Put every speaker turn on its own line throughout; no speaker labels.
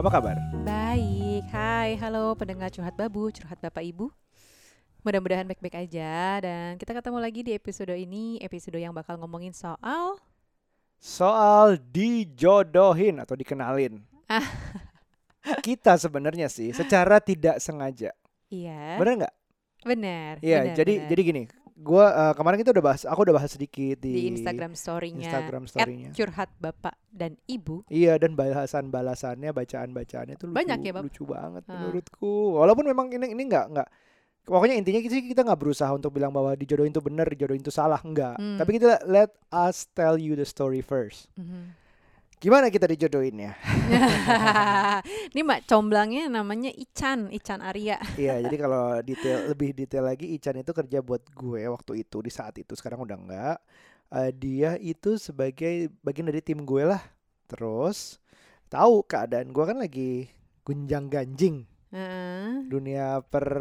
Apa kabar?
Baik, hai, halo pendengar curhat babu, curhat bapak ibu. Mudah-mudahan baik-baik aja. Dan kita ketemu lagi di episode ini, episode yang bakal ngomongin soal
Soal dijodohin atau dikenalin.
Ah.
Kita sebenarnya sih secara tidak sengaja.
Iya,
Bener nggak?
benar.
Iya, jadi gini. Kemarin aku udah bahas sedikit
di Instagram story-nya @curhat bapak dan ibu.
Iya, dan balasannya, bacaan-bacaannya tuh
Banyak ya, Bab?
lucu banget menurutku. Walaupun memang ini nggak. Pokoknya intinya kita nggak berusaha untuk bilang bahwa dijodohin itu benar, dijodohin itu salah, enggak. Tapi kita let us tell you the story first. Gimana kita dijodohinnya?
Ini mbak comblangnya namanya Ican Arya.
Iya, jadi kalau lebih detail lagi, Ican itu kerja buat gue waktu itu, di saat itu. Sekarang udah enggak. Dia itu sebagai bagian dari tim gue lah. Terus tahu keadaan gue kan lagi gunjang-ganjing. Dunia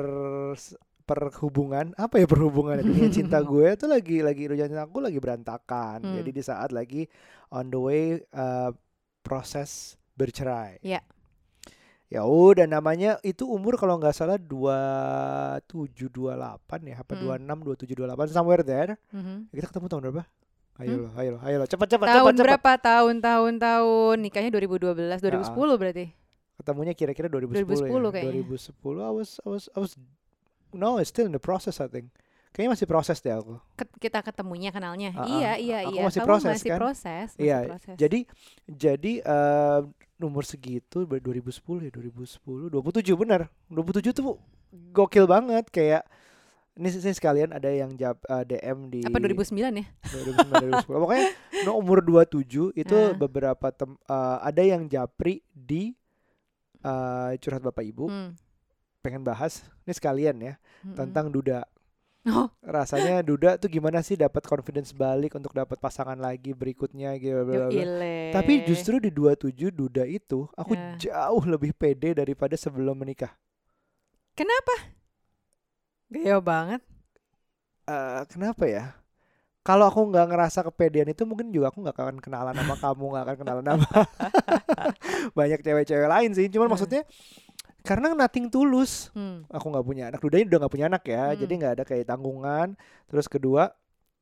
perhubungan, apa ya perhubungan? Dunia cinta gue tuh dunia cinta aku lagi berantakan. Jadi di saat lagi on the way proses bercerai.
Iya.
Ya udah, namanya itu umur kalau nggak salah 27 28 ya, apa 26 27 28 somewhere there. Kita ketemu tahun berapa? Ayo cepat.
Tahun berapa? Tahun nikahnya 2012, 2010 berarti.
Ketemunya kira-kira 2010 ya.
Kayaknya.
2010 I was no, it's still in the process I think. Kayaknya masih proses deh aku.
Kita ketemunya kenalnya. Iya.
Aku masih
Kamu
proses
masih
kan?
proses.
Iya.
Proses.
Jadi umur segitu 2010 ya, 2010, 27 benar. 27 tuh gokil banget, kayak ini sekalian ada yang DM di
apa 2009 ya?
2009 2010. Pokoknya umur 27 itu beberapa ada yang japri di curhat bapak ibu. Pengen bahas ini sekalian ya tentang duda. Rasanya duda tuh gimana sih, dapat confidence balik untuk dapat pasangan lagi berikutnya gitu. Tapi justru di 27 duda itu aku jauh lebih pede daripada sebelum menikah.
Kenapa? Gaya banget.
Kenapa ya? Kalau aku nggak ngerasa kepedean itu, mungkin juga aku nggak akan kenalan sama kamu, nggak akan kenalan sama banyak cewek-cewek lain sih. Cuman maksudnya karena nothing tulus. Aku nggak punya anak, dudanya udah nggak punya anak ya, jadi nggak ada kayak tanggungan. Terus kedua,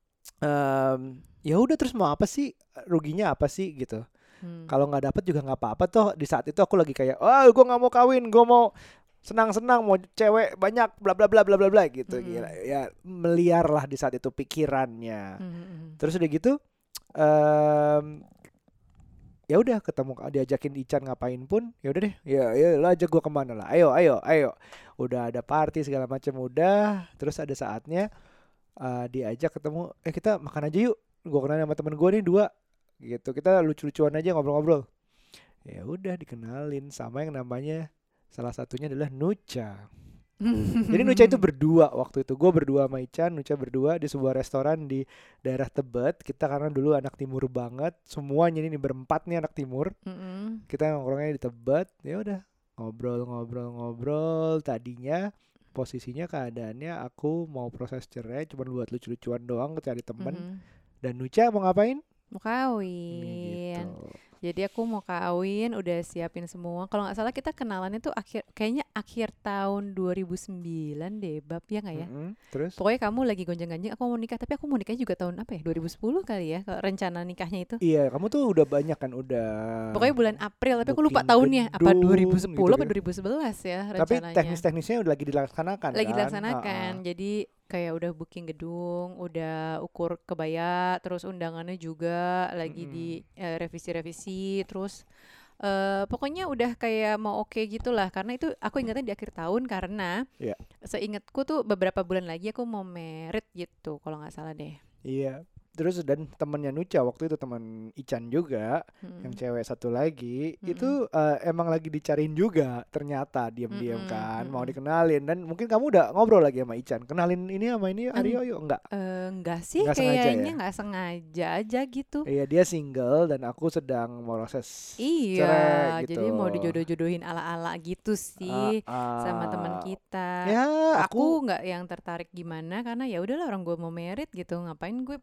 ya udah, terus mau apa sih, ruginya apa sih gitu. Kalau nggak dapet juga nggak apa-apa toh. Di saat itu aku lagi kayak, gue nggak mau kawin, gue mau senang-senang, mau cewek banyak, bla bla bla bla bla bla gitu. Gila ya, meliar lah di saat itu pikirannya. Terus udah gitu, ya udah ketemu, diajakin Ican ngapain pun ya udah deh, ya lo ajak gue kemana lah, ayo, udah ada party segala macam udah. Terus ada saatnya diajak ketemu, kita makan aja yuk, gue kenal sama temen gue nih 2 gitu, kita lucu-lucuan aja, ngobrol-ngobrol. Ya udah, dikenalin sama yang namanya, salah satunya adalah Nucha. Jadi Nucha itu berdua waktu itu. Gue berdua sama Ican, Nucha berdua di sebuah restoran di daerah Tebet. Kita karena dulu anak timur banget, semuanya ini berempat nih anak timur. Kita nongkrongnya di Tebet. Ya udah, ngobrol. Tadinya posisinya, keadaannya aku mau proses cerai, cuma buat lucu-lucuan doang, cari temen. Dan Nucha mau ngapain?
Mau kawin. Gitu. Jadi aku mau kawin, udah siapin semua. Kalau nggak salah kita kenalannya tuh kayaknya akhir tahun 2009 deh, Bab, ya nggak ya?
Terus?
Pokoknya kamu lagi gonjang-ganjing, aku mau nikah, tapi aku mau nikahnya juga tahun apa ya? 2010 kali ya, rencana nikahnya itu.
Iya, kamu tuh udah banyak kan, udah.
Pokoknya bulan April, tapi aku lupa tahunnya. Apa 2010 gitu, apa 2011 ya rencananya.
Tapi teknis-teknisnya udah lagi dilaksanakan.
Jadi kayak udah booking gedung, udah ukur kebaya, terus undangannya juga lagi di revisi-revisi, terus pokoknya udah kayak mau oke gitulah. Karena itu aku ingatnya di akhir tahun, karena seingatku tuh beberapa bulan lagi aku mau merit gitu, kalau nggak salah deh.
Iya. Terus dan temennya Nucha waktu itu, teman Ican juga, yang cewek satu lagi, itu emang lagi dicariin juga ternyata, diam-diam kan, mau dikenalin. Dan mungkin kamu udah ngobrol lagi sama Ican, kenalin ini sama ini Aryo yuk, enggak?
Enggak sih, kayaknya nggak sengaja aja gitu.
Iya, dia single dan aku sedang proses
cerai gitu. Jadi mau dijodoh-jodohin ala-ala gitu sih sama teman kita.
Ya,
aku nggak yang tertarik gimana, karena ya udahlah, orang gue mau merit gitu, ngapain gue paling. Jadi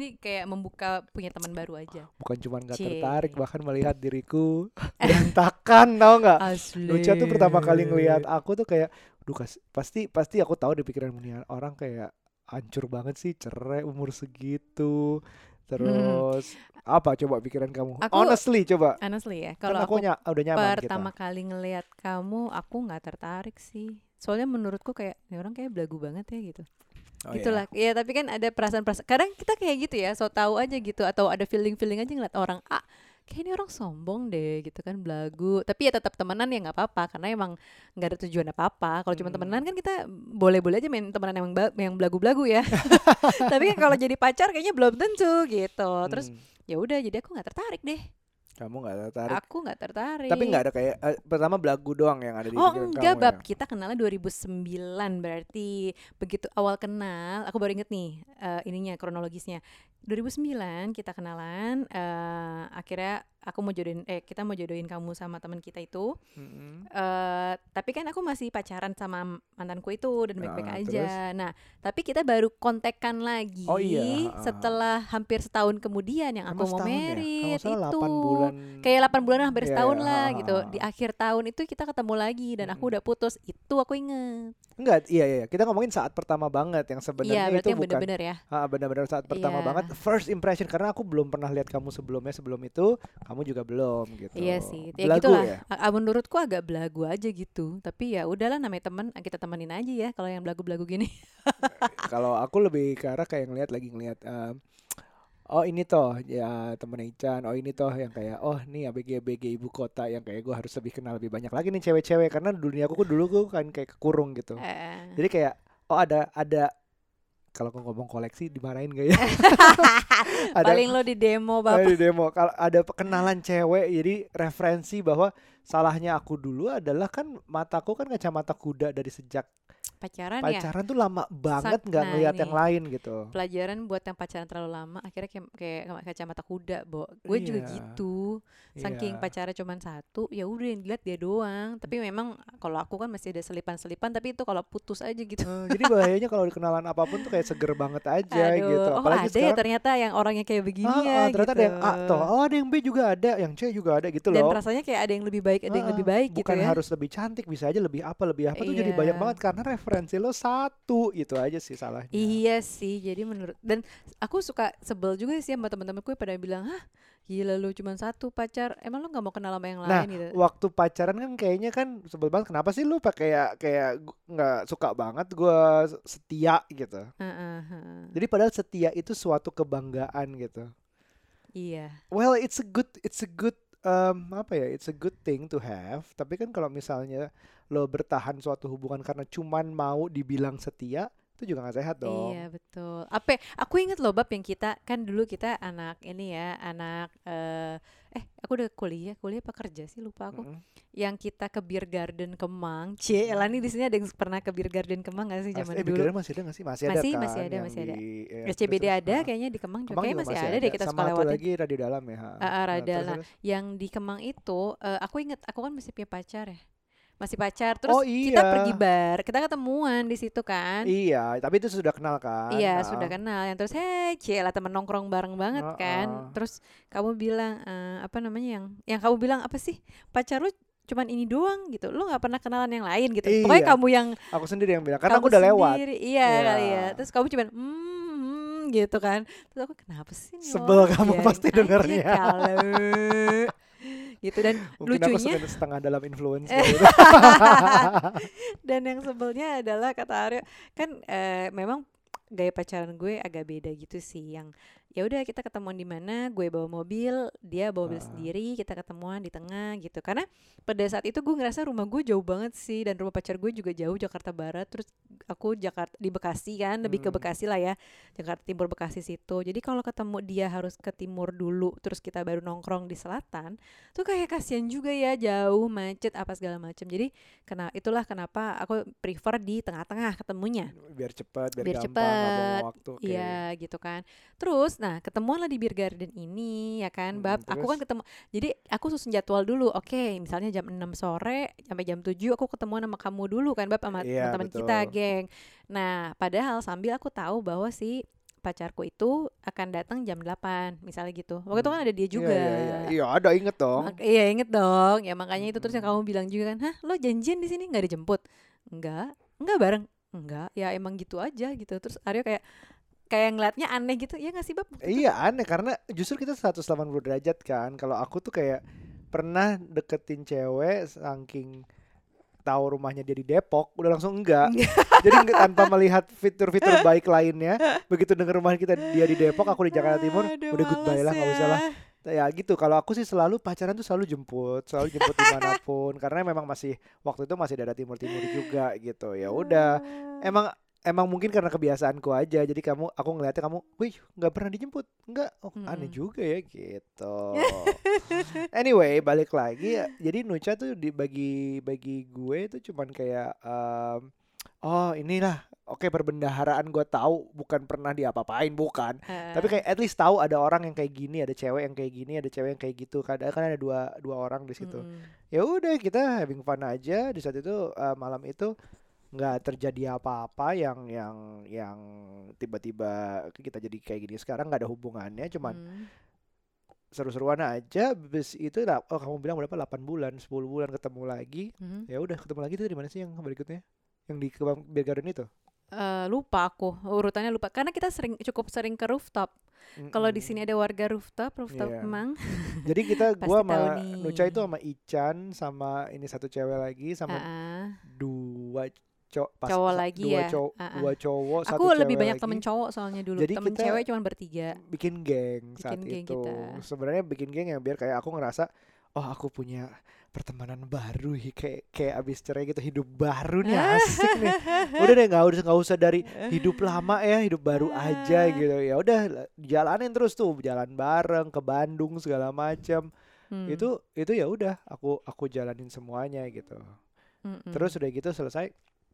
Jadi kayak membuka punya teman baru aja.
Bukan cuma nggak
Cie.
tertarik, bahkan melihat diriku berantakan, tau nggak?
Asli.
Lucia tuh pertama kali ngelihat aku tuh kayak, duh pasti aku tahu di pikiran nih orang kayak hancur banget sih, cerai umur segitu. Terus apa coba pikiran kamu?
Aku
Honestly coba.
honestly ya,
Kan
kalau
aku
aku
udah nyaman
pertama
kita.
kali ngelihat kamu, aku nggak tertarik sih. Soalnya menurutku kayak ini orang kayak belagu banget ya gitu.
Oh
Gitulah.
ya.
Ya tapi kan ada perasaan-perasaan. Kadang kita kayak gitu ya, so tahu aja gitu atau ada feeling-feeling aja ngeliat orang kayak ini orang sombong deh gitu kan, belagu. Tapi ya tetap temenan ya nggak apa-apa karena emang nggak ada tujuan apa-apa. Kalau cuma temenan kan kita boleh-boleh aja main temenan yang belagu-belagu ya. Tapi kan kalau jadi pacar kayaknya belum tentu gitu. Terus ya udah jadi aku nggak tertarik deh.
Kamu nggak tertarik.
Aku nggak tertarik.
Tapi nggak ada kayak pertama belagu doang yang ada di
Oh
pikiran
enggak
kamu
bab,
ya.
kita kenalnya 2009 berarti begitu awal kenal, aku baru inget nih ininya kronologisnya. 2009 kita kenalan, akhirnya kita mau jodohin kamu sama teman kita itu. Tapi kan aku masih pacaran sama mantanku itu dan baik-baik aja.
Terus?
Nah, tapi kita baru kontekan lagi
Oh iya,
setelah hampir setahun kemudian yang aku
Emang
mau
setahun ya?
merit
Kalau nggak salah
itu.
8 bulan.
Kayak 8 bulan hampir
Iya,
setahun
iya,
lah gitu. Di akhir tahun itu kita ketemu lagi dan aku udah putus. Itu aku inget.
Enggak, iya. Kita ngomongin saat pertama banget yang
Iya,
sebenarnya
berarti
itu
yang
bukan
bener-bener ya.
benar-benar saat pertama
Iya.
banget, first impression, karena aku belum pernah lihat kamu sebelumnya. Sebelum itu kamu juga belum gitu.
Iya sih. Ya
Belagu
gitulah.
ya?
Menurutku agak belagu aja gitu. Tapi ya udahlah namanya teman, kita temenin aja ya kalau yang belagu-belagu gini.
Kalau aku lebih ke arah kayak ngelihat oh ini toh ya temen Ican, oh ini toh yang kayak oh nih ABG ibu kota yang kayak gue harus lebih kenal lebih banyak lagi nih cewek-cewek, karena dunia aku dulu gue kan kayak kekurung gitu. Jadi kayak oh ada kalau aku ngomong koleksi dimarahin gak ya?
Paling lo di demo bapak.
Di demo kalau ada kenalan cewek, jadi referensi bahwa salahnya aku dulu adalah kan mataku kan kacamata kuda dari sejak
Pacaran
tuh lama banget nggak
Nah,
ngelihat
ini.
yang lain gitu.
Pelajaran buat yang pacaran terlalu lama akhirnya kayak kacamata kuda, Bo. Gue juga
Iya.
gitu. Saking
Iya.
pacarnya cuma satu, ya udah yang dilihat dia doang. Tapi memang kalau aku kan masih ada selipan-selipan, tapi itu kalau putus aja gitu.
Jadi bahayanya kalau kenalan apapun tuh kayak seger banget aja
Aduh,
gitu.
oh
Apalagi
ada ya
sekarang
ternyata yang orangnya kayak begini ya
ternyata
gitu.
ada yang A toh, oh ada yang B juga ada, yang C juga ada gitu
Dan
loh.
rasanya kayak ada yang lebih baik, ada yang lebih baik gitu
Bukan
ya.
harus lebih cantik, bisa aja lebih apa tuh jadi
Iya.
banyak banget karena referensi lo satu, itu aja sih salahnya.
Iya sih, jadi dan aku suka sebel juga sih sama teman-temanku pada bilang, "Hah, gila lu cuma satu pacar, emang lu nggak mau kenal sama yang
Nah,
lain gitu?"
waktu pacaran kan kayaknya kan sebel banget, kenapa sih lu pakai kayak nggak suka banget gua setia gitu. Jadi padahal setia itu suatu kebanggaan gitu.
Iya.
Well, it's a good it's a good thing to have. Tapi kan kalau misalnya lo bertahan suatu hubungan karena cuman mau dibilang setia, itu juga gak sehat dong.
Iya betul. Aku inget loh bab yang kita kan dulu kita anak ini ya, anak aku udah kuliah apa kerja sih lupa aku. Yang kita ke Beer Garden Kemang. Elah nih di sini ada yang pernah ke Beer Garden Kemang gak sih zaman dulu?
Masih ada gak sih? Masih
Masih
kan
ada.
di,
SCBD ada kayaknya di Kemang juga. Kayaknya masih ada deh kita suka
lewatin.
lewatin.
Lagi Radio Dalam ya.
Radal. Nah, yang di Kemang itu aku inget aku kan masih punya pacar ya. Masih pacar terus kita pergi bar, kita ketemuan di situ kan.
Iya, tapi itu sudah kenal kan?
Iya, sudah kenal. Yang terus lah temen nongkrong bareng banget kan. Terus kamu bilang apa namanya yang kamu bilang apa sih? Pacar lu cuman ini doang gitu. Lu enggak pernah kenalan yang lain gitu.
Iya.
Pokoknya kamu yang
aku sendiri yang bilang karena aku udah lewat.
Iya kali ya. Terus kamu cuman gitu kan. Terus aku kenapa sih?
Sebel kamu pasti dengarnya.
Gitu dan
mungkin
lucunya
aku setengah dalam influence gitu.
Dan yang sebelnya adalah kata Aryo kan memang gaya pacaran gue agak beda gitu sih, yang ya udah kita ketemuan di mana, gue bawa mobil, dia bawa mobil sendiri, kita ketemuan di tengah gitu. Karena pada saat itu gue ngerasa rumah gue jauh banget sih dan rumah pacar gue juga jauh, Jakarta Barat, terus aku Jakarta di Bekasi kan, lebih ke Bekasi lah ya, Jakarta Timur Bekasi situ. Jadi kalau ketemu dia harus ke timur dulu, terus kita baru nongkrong di selatan, tuh kayak kasihan juga ya, jauh, macet apa segala macam. Jadi itulah kenapa aku prefer di tengah-tengah ketemunya.
Biar cepat, biar gampang, nggak buang waktu.
Iya gitu kan. Terus nah ketemuan lah di Beer Garden ini ya kan, Bab. Aku kan ketemu, jadi aku susun jadwal dulu. Oke, misalnya jam 6 sore sampai jam 7 aku ketemuan sama kamu dulu kan, Bab, sama teman kita, geng. Nah padahal sambil aku tahu bahwa si pacarku itu akan datang jam 8 misalnya gitu. Waktu itu kan ada dia juga.
Iya ada, inget dong.
Iya inget dong. Ya makanya itu terus yang
Mm-mm.
kamu bilang juga kan, hah lo janjian di sini nggak dijemput? Enggak bareng. Enggak, ya emang gitu aja gitu. Terus Aryo kayak ngeliatnya aneh gitu. Ya nggak sih Bab? Waktu itu?
Iya aneh karena justru kita 180 derajat kan. Kalau aku tuh kayak pernah deketin cewek saking tahu rumahnya dia di Depok udah langsung enggak. Jadi tanpa melihat fitur-fitur baik lainnya, begitu denger rumah dia di Depok, aku di Jakarta Timur,
Aduh
udah goodbye
males
lah, nggak usah
ya.
lah. Ya gitu. Kalau aku sih selalu pacaran tuh selalu jemput dimanapun, karena memang waktu itu masih daerah timur-timur juga gitu. Ya udah, emang emang mungkin karena kebiasaanku aja. Jadi aku ngeliatnya kamu, wih nggak pernah dijemput, nggak, oh aneh
Mm-mm.
juga ya gitu. Anyway, balik lagi ya. Jadi Nucha tuh bagi gue itu cuman kayak oh inilah oke perbendaharaan gue tahu bukan pernah diapa-apain bukan. Tapi
Eh,
kayak at least tahu ada orang yang kayak gini, ada cewek yang kayak gini, ada cewek yang kayak gitu. Kan ada dua dua orang di situ.
mm-mm.
Ya udah kita having fun aja di saat itu malam itu nggak terjadi apa-apa yang tiba-tiba kita jadi kayak gini sekarang nggak ada hubungannya cuman
Mm.
seru-seruan aja. Habis itu oh kamu bilang berapa 8 bulan 10 bulan ketemu lagi.
Mhm.
Ya udah ketemu lagi tuh di mana sih yang berikutnya yang di Beer Garden itu.
Lupa aku urutannya lupa karena kita cukup sering ke rooftop. Kalau di sini
Mm-mm.
ada warga rooftop
Iya.
Kemang,
Jadi gua
pasti tahu
sama Nucha itu
nih.
sama Ican sama ini satu cewek lagi sama
Ah,
dua
cowok lagi ya.
dua cowok
Aku
satu
lebih
cewek
banyak
lagi.
temen cowok soalnya dulu.
Jadi
Temen
kita
cewek cuma bertiga.
bikin geng saat
Bikin geng
itu.
kita.
Sebenarnya bikin geng yang biar kayak aku ngerasa oh aku punya pertemanan baru kayak abis cerai gitu, hidup baru nih asik nih. Udah deh nggak usah dari hidup lama ya, hidup baru aja gitu. Ya udah jalanin terus tuh, jalan bareng ke Bandung segala macam.
Hmm,
Itu ya udah aku jalanin semuanya gitu. Terus
mm-mm.
udah gitu selesai.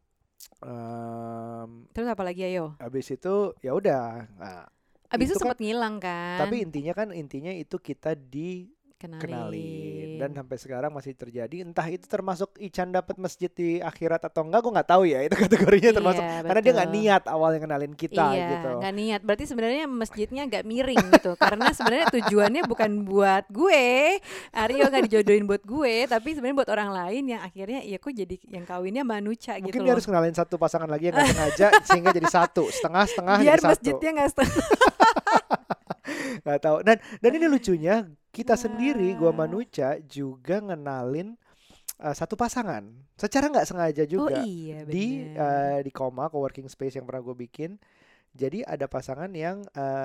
em,
Terus apa lagi ayo?
Abis itu ya udah. Nah,
Abis
itu
itu
kan
sempat ngilang
tapi
kan?
intinya itu kita kenalin dan
Kenalin.
sampai sekarang masih terjadi. Entah itu termasuk Ican dapat masjid di akhirat atau enggak, gue nggak tahu ya. Itu kategorinya
Iya
termasuk karena dia nggak
betul.
niat awalnya kenalin kita
Iya,
gitu.
nggak niat. Berarti sebenarnya masjidnya agak miring gitu. Karena sebenarnya tujuannya bukan buat gue, Aryo nggak dijodohin buat gue, tapi sebenarnya buat orang lain yang akhirnya ya kok jadi yang kawinnya manusia gitu
Mungkin dia
loh.
harus kenalin satu pasangan lagi yang nggak sengaja sehingga jadi satu, setengah-setengah
Biar
jadi satu.
masjidnya nggak setengah.
Nggak tahu. Dan ini lucunya kita sendiri, gua Manuca juga ngenalin satu pasangan secara nggak sengaja
Oh
juga
iya bener.
di Koma coworking space yang pernah gue bikin. Jadi ada pasangan yang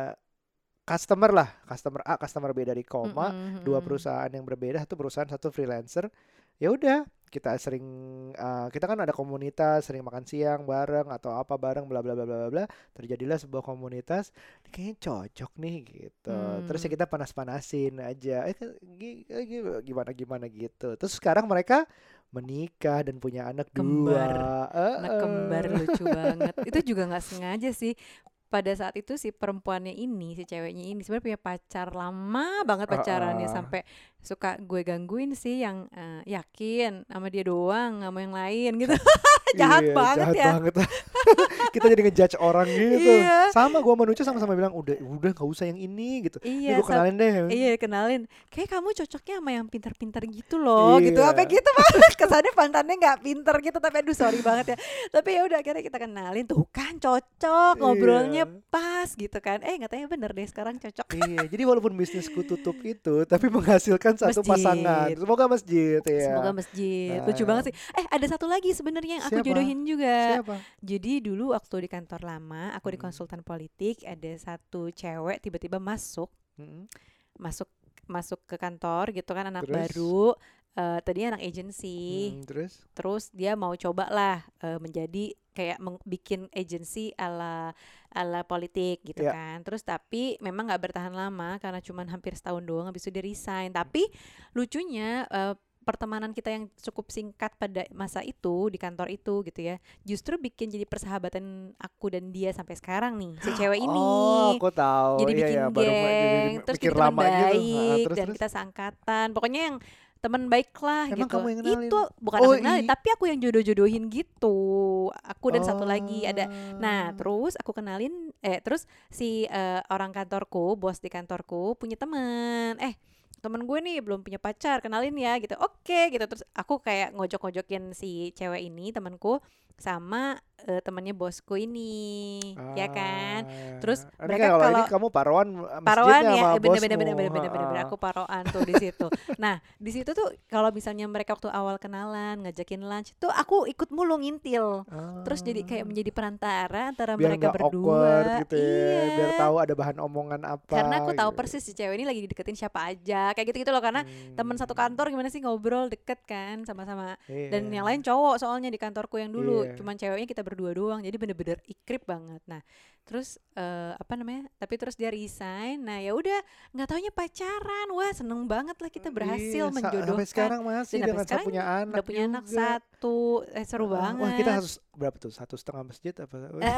customer A, customer B dari Koma,
Mm-mm,
dua
mm-mm.
perusahaan yang berbeda, satu perusahaan satu freelancer. Ya udah, kita kan ada komunitas, sering makan siang bareng atau apa bareng bla bla bla bla bla bla. Terjadilah sebuah komunitas, kayaknya cocok nih gitu. Terus ya
Hmm.
kita panas-panasin aja. Gimana gimana gitu. Terus sekarang mereka menikah dan punya anak
Kembar.
dua.
Anak kembar lucu banget. Itu juga nggak sengaja sih. Pada saat itu si perempuannya ini, si ceweknya ini sebenarnya punya pacar lama banget pacarannya sampai suka gue gangguin sih yang yakin sama dia doang, nggak mau yang lain gitu. Jahat
Iya,
banget
jahat
ya.
banget. Kita jadi ngejudge orang gitu.
Iya.
Sama gua manusia sama-sama bilang udah nggak usah yang ini gitu. Ini
Iya,
gua kenalin deh.
iya kenalin. Kayak kamu cocoknya sama yang pintar-pintar gitu loh, gitu. Apa
Iya.
gitu banget. Kesannya pantannya nggak pinter gitu, tapi aduh sorry banget ya. Tapi ya udah akhirnya kita kenalin tuh kan cocok, ngobrolnya
Iya.
pas gitu kan. Nggak tahu bener deh sekarang cocok.
Iya, jadi walaupun bisnisku tutup itu, tapi menghasilkan satu pasangan.
Masjid.
Semoga masjid
Semoga
ya.
masjid. Lucu
Nah,
banget sih. Ada satu lagi sebenarnya yang aku
siapa?
jodohin juga.
Siapa?
Jadi dulu waktu di kantor lama, aku di
Mm-mm.
konsultan politik, ada satu cewek tiba-tiba
Mm-mm.
masuk masuk ke kantor gitu kan, anak
Terus?
baru. Tadinya anak agensi,
Terus?
terus dia mau coba lah menjadi kayak bikin agensi ala ala politik gitu
Ya.
kan. Terus tapi memang nggak bertahan lama karena cuman hampir setahun doang habis itu dia resign. Tapi lucunya pertemanan kita yang cukup singkat pada masa itu di kantor itu gitu ya, justru bikin jadi persahabatan aku dan dia sampai sekarang nih, si cewek
Oh,
ini.
aku tahu.
Jadi
Iya ya,
bikin
baru jadi
geng, terus
mikir
jadi teman
lama gitu.
baik
Terus
dan
terus.
kita seangkatan. Pokoknya yang teman baik lah
Emang
gitu.
kamu yang kenalin?
Itu bukan
Oh
aku yang kenalin, tapi aku yang jodoh-jodohin gitu. Aku dan satu lagi ada. Nah,
Oh.
terus aku kenalin terus si orang kantorku, bos di kantorku punya teman. Temen gue nih belum punya pacar, kenalin ya gitu. Oke gitu. Terus aku kayak ngojok-ngojokin si cewek ini, temanku, sama temannya bosku ini, ya kan. Terus
Ini kan
mereka
kalau ini
kalau
kamu paruan
paroan
masjidnya
ya,
sama
bener bener
bosmu.
bener bener bener bener bener.
Heeh.
Aku paroan tuh di situ. Nah, di situ tuh kalau misalnya mereka waktu awal kenalan, ngajakin lunch, tuh aku ikut mulu ngintil. Terus jadi kayak
Ah.
menjadi perantara antara
Biar
mereka
nggak awkward
berdua.
gitu ya, biar
Iya.
tahu ada bahan omongan
Karena
apa
aku tahu
gitu.
persis si cewek ini lagi dideketin siapa aja, kayak gitu-gitu loh. Karena teman satu
Hmm,
kantor gimana sih ngobrol deket kan sama-sama. Dan yang lain
iya,
cowok soalnya di kantorku yang dulu,
iya.
cuman ceweknya kita berdua doang, jadi bener-bener ikrip banget. Nah, terus apa namanya? Tapi terus dia resign. Nah, ya udah, nggak taunya pacaran. Wah, seneng banget lah kita
Iya,
berhasil
sampai
menjodohkan.
sekarang masih
Dan sampai
dengan
sekarang
punya anak
udah punya anak
juga.
satu. Seru
Wah, kita
banget.
harus berapa tuh? 1,5 masjid apa?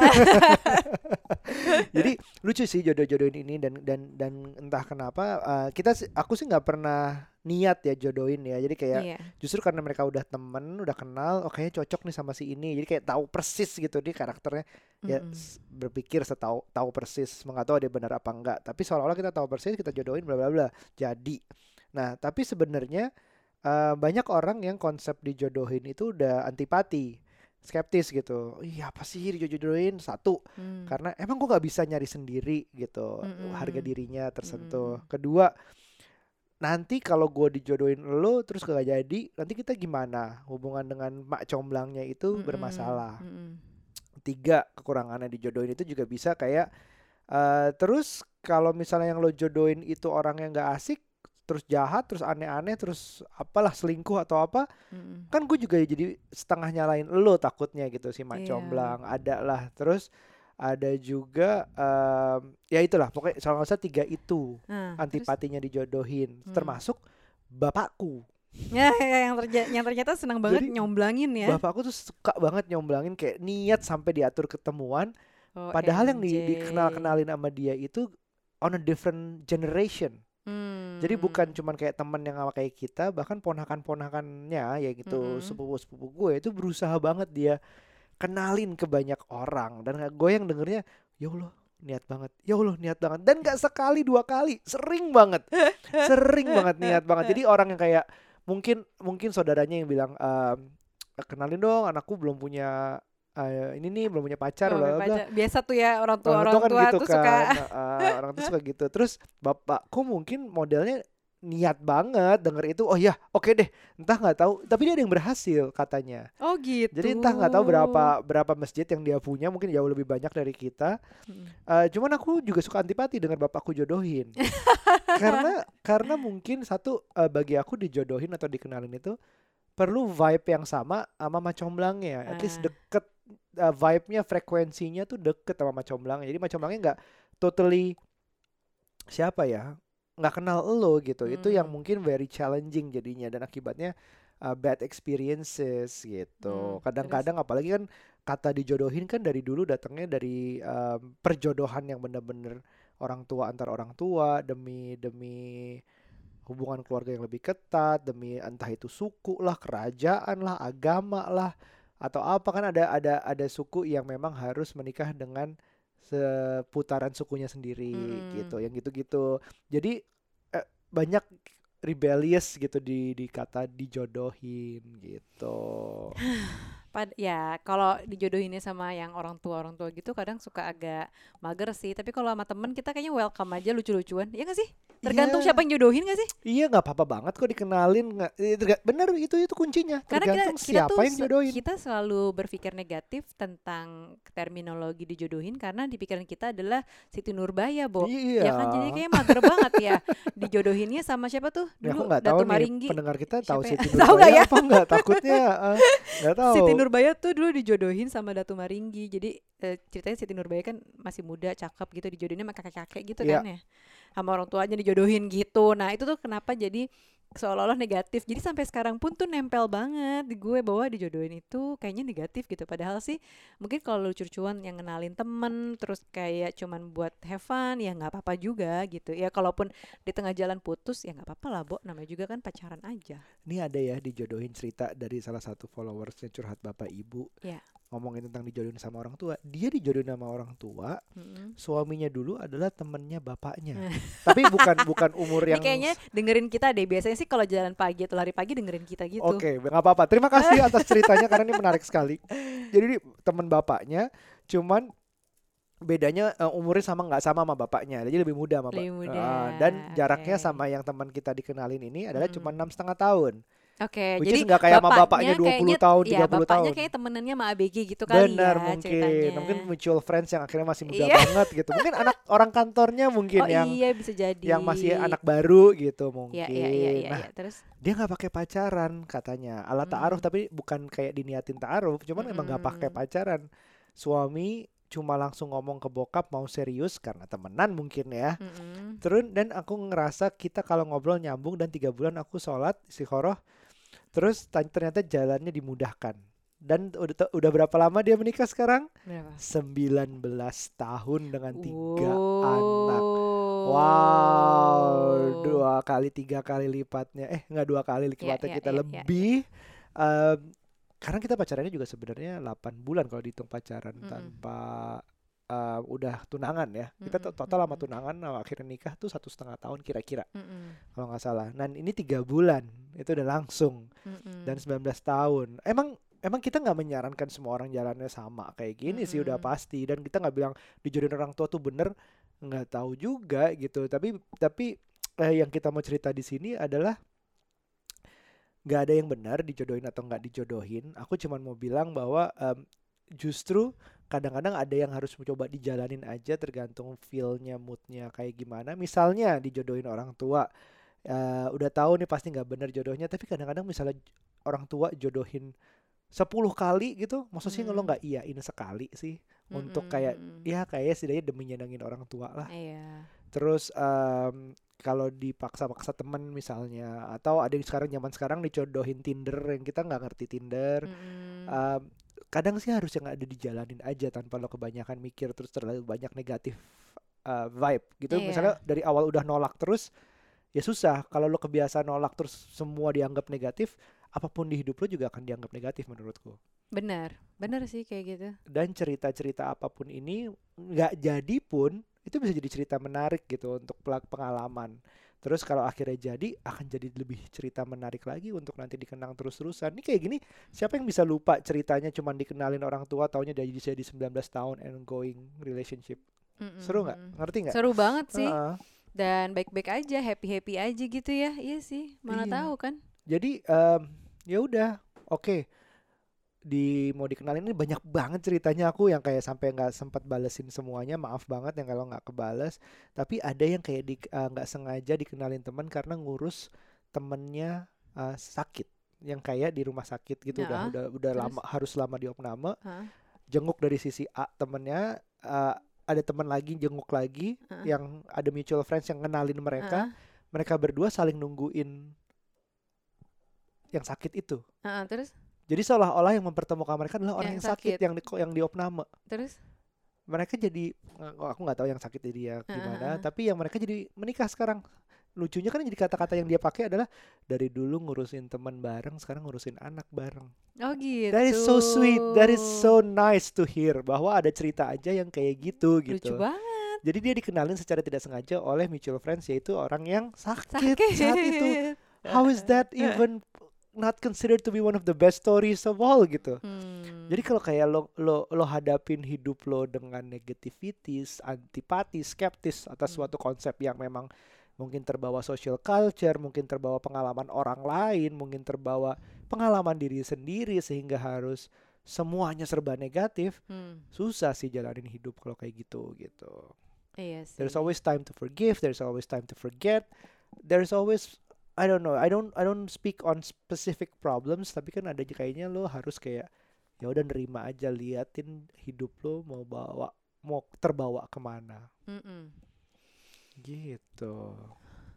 Jadi lucu sih jodoh-jodohin ini dan entah kenapa aku sih nggak pernah niat ya jodohin ya. Jadi kayak
Iya.
justru karena mereka udah temen, udah kenal, oh kayaknya cocok nih sama si ini. Jadi kayak tahu persis gitu dia karakternya ya
Mm-mm.
berpikir tahu persis, nggak tahu dia benar apa enggak. Tapi seolah-olah kita tahu persis, kita jodohin bla bla bla. Jadi, nah tapi sebenarnya banyak orang yang konsep dijodohin itu udah antipati, skeptis gitu. Iya apa sih dijodohin? Satu,
Mm.
karena emang gue nggak bisa nyari sendiri gitu, harga
Mm-mm.
dirinya tersentuh.
Mm-mm.
Kedua, nanti kalau gue dijodohin lo terus gak jadi, nanti kita gimana? Hubungan dengan mak comblangnya itu
Mm-mm.
bermasalah.
Mm-mm.
Tiga, kekurangannya dijodohin itu juga bisa kayak terus kalau misalnya yang lo jodohin itu orang yang nggak asik, terus jahat, terus aneh-aneh, terus apalah selingkuh atau apa,
Mm-mm.
kan gue juga jadi setengah nyalain lo takutnya gitu si mak
Iya.
comblang ada lah. Terus ada juga ya itulah pokoknya kalau nggak salah tiga itu
Nah, terus
antipatinya dijodohin
hmm.
termasuk bapakku.
Ya, yang ternyata senang banget
Jadi
nyomblangin ya.
bapakku tuh suka banget nyomblangin kayak niat sampai diatur ketemuan. Padahal yang
OMG.
dikenal-kenalin sama dia itu on a different generation. Jadi bukan
Hmm.
cuman kayak temen yang sama kayak kita, bahkan ponakan-ponakannya ya gitu,
Mm-mm.
sepupu-sepupu gue itu berusaha banget dia kenalin ke banyak orang. Dan gue yang dengernya, ya Allah niat banget, ya Allah niat banget. Dan gak sekali dua kali, sering banget niat banget. Jadi orang yang kayak mungkin mungkin saudaranya yang bilang kenalin dong anakku belum punya ini nih belum punya pacar
Belum
bla bla bla.
baca. Biasa tuh ya orang tua
Orang
orang
tua kan
tua
gitu
tuh
kan,
suka.
orang tuh suka gitu. Terus bapakku mungkin modelnya niat banget denger itu, oh ya oke deh, entah nggak tahu, tapi dia ada yang berhasil katanya.
Oh gitu.
Jadi entah nggak tahu berapa berapa masjid yang dia punya, mungkin jauh lebih banyak dari kita.
Mm-mm.
Cuman aku juga suka antipati dengan bapakku jodohin, karena mungkin satu bagi aku dijodohin atau dikenalin itu perlu vibe yang sama sama macomblangnya, at least
Ah.
deket vibe-nya, frekuensinya tuh deket sama macomblangnya. Jadi macomblangnya nggak totally siapa ya, nggak kenal lo gitu. Itu yang
Hmm.
mungkin very challenging jadinya dan akibatnya bad experiences gitu.
Terus.
Kadang-kadang apalagi kan kata dijodohin kan dari dulu datangnya dari perjodohan yang bener-bener orang tua antar orang tua demi demi hubungan keluarga yang lebih ketat, demi entah itu suku lah, kerajaan lah, agama lah, atau apa kan ada suku yang memang harus menikah dengan seputaran sukunya sendiri
Mm-mm.
gitu, yang gitu-gitu. Jadi banyak rebellious gitu di kata dijodohin gitu.
Ya kalau dijodohinnya sama yang orang tua gitu kadang suka agak mager sih. Tapi kalau sama temen kita kayaknya welcome aja, lucu-lucuan. Iya gak sih? Tergantung
Iya,
siapa yang jodohin gak sih?
iya nggak apa-apa banget kok dikenalin nggak, bener itu kuncinya
Karena kita
tergantung
kita tuh
siapa yang jodohin.
kita selalu berpikir negatif tentang terminologi dijodohin karena di pikiran kita adalah Siti Nurbaya, Bo.
Iya.
Ya kan jadi kayak mager banget ya. Dijodohinnya sama siapa tuh?
Ya aku
Dulu
nggak tahu
Datu
nih
Maringgi.
pendengar kita tahu
Siapa ya?
Siti
Tahu nggak
Nurbaya
ya?
apa nggak? Takutnya nggak tahu.
Siti Nurbaya tuh dulu dijodohin sama Datu Maringgi. Jadi ceritanya Siti Nurbaya kan masih muda, cakep gitu, dijodohinnya sama kakek-kakek gitu
Iya.
kan ya. Sama orang tuanya dijodohin gitu. Nah, itu tuh kenapa jadi seolah-olah negatif. Jadi sampai sekarang pun tuh nempel banget di gue bahwa dijodohin itu kayaknya negatif gitu. Padahal sih mungkin kalau lucu-lucuan yang ngenalin temen terus kayak cuman buat have fun ya nggak apa-apa juga gitu. Ya kalaupun di tengah jalan putus ya nggak apa-apa lah, Bo. Namanya juga kan pacaran aja.
Ini ada ya dijodohin cerita dari salah satu followersnya curhat bapak ibu.
Ya.
Ngomongin tentang dijodohin sama orang tua. Dia dijodohin sama orang tua.
Mm-mm.
Suaminya dulu adalah temennya bapaknya. Tapi bukan umur
Ini
yang
kayaknya dengerin kita deh. Biasanya sih kalau jalan pagi atau lari pagi dengerin kita gitu.
Oke, nggak apa-apa. Terima kasih atas ceritanya karena ini menarik sekali. Jadi teman bapaknya, cuman bedanya umurnya nggak sama sama bapaknya. Jadi lebih muda sama
Lebih muda.
dan jaraknya
Oke.
sama yang teman kita dikenalin ini adalah cuma
Mm-mm.
6,5 tahun.
Oke,
Which
jadi
is nggak kayak sama bapaknya 20
kayaknya,
tahun,
ya
30
bapaknya
tahun.
kayak temenannya sama ABG gitu kali
Benar,
ya ceritanya.
mungkin mutual friends yang akhirnya masih muda
Iya.
banget gitu. Mungkin anak orang kantornya mungkin
Oh iya bisa jadi.
yang masih anak baru gitu
Iya,
mungkin.
iya, iya, iya,
Nah,
iya. Terus,
dia nggak pakai pacaran katanya. Ala ta'aruf tapi bukan kayak diniatin ta'aruf, cuman emang nggak pakai pacaran. Suami cuma langsung ngomong ke bokap mau serius karena temenan mungkin ya. Terus dan aku ngerasa kita kalau ngobrol nyambung dan 3 bulan aku sholat istiqoroh. Terus ternyata jalannya dimudahkan. Dan udah berapa lama dia menikah sekarang?
berapa?
19 tahun dengan 3 anak. Wow, 3 kali lipatnya. Enggak 2 kali lipatnya kita lebih. Karena kita pacarannya juga sebenarnya 8 bulan kalau dihitung pacaran tanpa udah tunangan ya. Kita total lama tunangan akhirnya nikah tuh 1,5 tahun kira-kira. Kalau nggak salah. Dan ini 3 bulan itu udah langsung. Dan 19 tahun. Emang kita nggak menyarankan semua orang jalannya sama kayak gini sih udah pasti. Dan kita nggak bilang dijodohin orang tua tuh bener, nggak tahu juga gitu. Tapi yang kita mau cerita di sini adalah nggak ada yang benar dijodohin atau nggak dijodohin. Aku cuma mau bilang bahwa justru kadang-kadang ada yang harus mencoba dijalanin aja tergantung feel-nya, mood-nya kayak gimana. Misalnya dijodohin orang tua, udah tahu nih pasti nggak benar jodohnya, tapi kadang-kadang misalnya orang tua jodohin 10 kali gitu, maksudnya lo nggak iyain sekali sih untuk kayak setidaknya demi nyenengin orang tua lah. Terus kalau dipaksa-paksa temen misalnya, atau ada yang zaman sekarang dicodohin Tinder yang kita nggak ngerti Tinder. Kadang sih harus yang ada dijalanin aja tanpa lo kebanyakan mikir terus terlalu banyak negatif vibe gitu. Misalnya dari awal udah nolak terus ya susah. Kalau lo kebiasaan nolak terus semua dianggap negatif, apapun di hidup lo juga akan dianggap negatif menurutku.
Benar sih kayak gitu.
Dan cerita-cerita apapun ini nggak jadi pun itu bisa jadi cerita menarik gitu untuk pengalaman. Terus kalau akhirnya jadi akan jadi lebih cerita menarik lagi untuk nanti dikenang terus-terusan. Ini kayak gini, siapa yang bisa lupa ceritanya cuman dikenalin orang tua, taunya jadi 19 tahun and going relationship. Seru nggak? Ngerti nggak?
Seru banget sih. Dan baik-baik aja, happy-happy aja gitu ya. Iya sih, mana tahu kan.
Jadi ya udah, oke. Mau dikenalin ini banyak banget ceritanya, aku yang kayak sampai nggak sempat balesin semuanya, maaf banget yang kalau nggak kebales. Tapi ada yang kayak nggak sengaja dikenalin teman karena ngurus temennya sakit, yang kayak di rumah sakit gitu, udah lama, harus lama di opname. Jenguk dari sisi A temennya, ada teman lagi jenguk lagi, yang ada mutual friends yang kenalin mereka. Mereka berdua saling nungguin yang sakit itu.
Terus?
Jadi seolah-olah yang mempertemukan mereka adalah orang yang sakit yang di opname.
Terus?
Mereka jadi, aku nggak tahu yang sakit jadi ya gimana, tapi yang mereka jadi menikah sekarang. Lucunya kan jadi kata-kata yang dia pakai adalah dari dulu ngurusin teman bareng, sekarang ngurusin anak bareng.
Oh gitu.
That is so sweet, that is so nice to hear, bahwa ada cerita aja yang kayak gitu.
Lucu banget.
Jadi dia dikenalin secara tidak sengaja oleh mutual friends, yaitu orang yang sakit saat itu. How is that even not considered to be one of the best stories of all gitu. Jadi kalau kayak lo hadapin hidup lo dengan negativities, antipati, skeptis atas suatu konsep yang memang mungkin terbawa social culture, mungkin terbawa pengalaman orang lain, mungkin terbawa pengalaman diri sendiri sehingga harus semuanya serba negatif, susah sih jalanin hidup kalau kayak gitu.
Iya sih.
There's always time to forgive, there's always time to forget, there's always, I don't know, I don't speak on specific problems, tapi kan ada kayaknya lo harus kayak ya udah nerima aja, liatin hidup lo mau terbawa kemana. Gitu.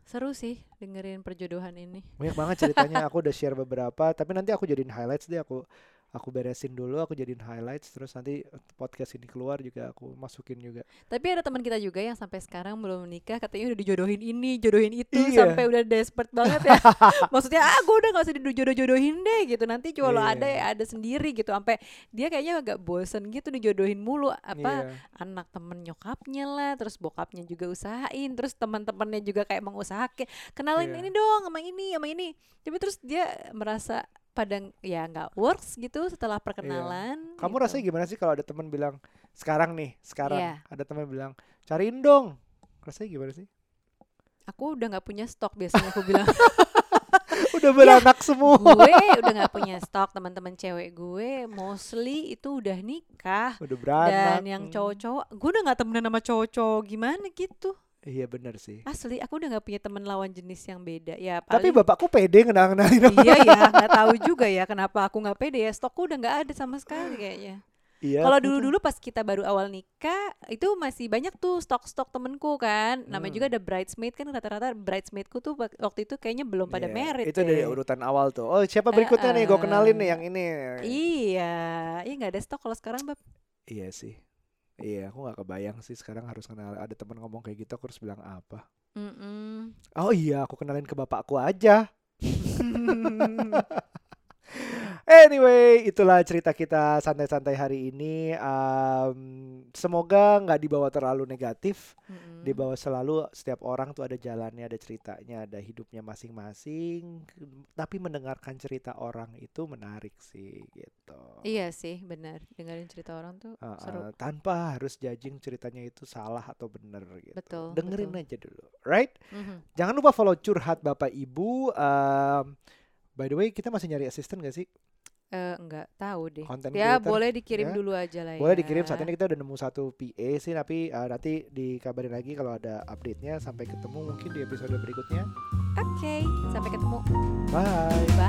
Seru sih dengerin perjodohan ini.
Banyak banget ceritanya. Aku udah share beberapa, tapi nanti aku jadiin highlights deh. Aku beresin dulu, aku jadiin highlights, terus nanti podcast ini keluar juga aku masukin juga.
Tapi ada teman kita juga yang sampai sekarang belum menikah, katanya udah dijodohin ini, jodohin itu,
Iya.
sampai udah desperate banget ya. Maksudnya gue udah gak usah dijodoh-jodohin deh gitu. Nanti cuma lo
Iya.
ada sendiri gitu. Sampai dia kayaknya agak bosen gitu dijodohin mulu. Apa
Iya.
anak temen nyokapnya lah, terus bokapnya juga usahain, terus teman-temannya juga kayak mengusahakan, kenalin
Iya.
ini dong sama ini. Tapi terus dia merasa pada ya nggak works gitu setelah
Iya.
perkenalan.
Kamu
gitu.
rasanya gimana sih kalau ada teman bilang sekarang
Iya.
ada teman bilang cariin dong, rasanya gimana sih?
Aku udah nggak punya stok biasanya aku bilang.
Udah beranak semua.
Gue udah nggak punya stok, teman-teman cewek gue mostly itu udah nikah.
Udah beranak.
Dan yang cowok-cowok, gue udah nggak temenan sama cowok-cowok gimana gitu.
Iya benar sih.
Asli, aku udah nggak punya teman lawan jenis yang beda. Ya
Tapi
paling.
bapakku pede kenalin.
Iya ya, nggak tahu juga ya kenapa aku nggak pede ya. Stokku udah nggak ada sama sekali kayaknya.
Iya.
Kalau
aku tuh-
dulu-dulu pas kita baru awal nikah itu masih banyak tuh stok-stok temenku kan. Namanya juga ada bridesmaid kan, rata-rata bridesmaidku tuh waktu itu kayaknya belum pada
Iya,
married
itu dari
deh.
urutan awal tuh. Oh siapa berikutnya nih? Gue kenalin nih yang ini.
Iya, nggak ada stok kalau sekarang bab.
Iya sih. Iya, aku nggak kebayang sih sekarang harus kenal. Ada teman ngomong kayak gitu, aku harus bilang apa? Oh iya, aku kenalin ke bapakku aja. Anyway, itulah cerita kita santai-santai hari ini. Semoga nggak dibawa terlalu negatif. Dibawa selalu, setiap orang tuh ada jalannya, ada ceritanya, ada hidupnya masing-masing. Tapi mendengarkan cerita orang itu menarik sih, gitu.
Iya sih, benar. Dengerin cerita orang tuh seru.
Tanpa harus judging ceritanya itu salah atau benar gitu.
Betul,
Dengerin
betul.
aja dulu, right? Jangan lupa follow Curhat Bapak Ibu. By the way, kita masih nyari asisten gak sih?
Enggak tahu deh.
Content
Ya
creator,
boleh dikirim
ya.
dulu aja lah ya.
Boleh dikirim, saat ini kita udah nemu satu PA sih, tapi nanti dikabarin lagi kalau ada update-nya. Sampai ketemu mungkin di episode berikutnya.
Oke, sampai ketemu.
Bye.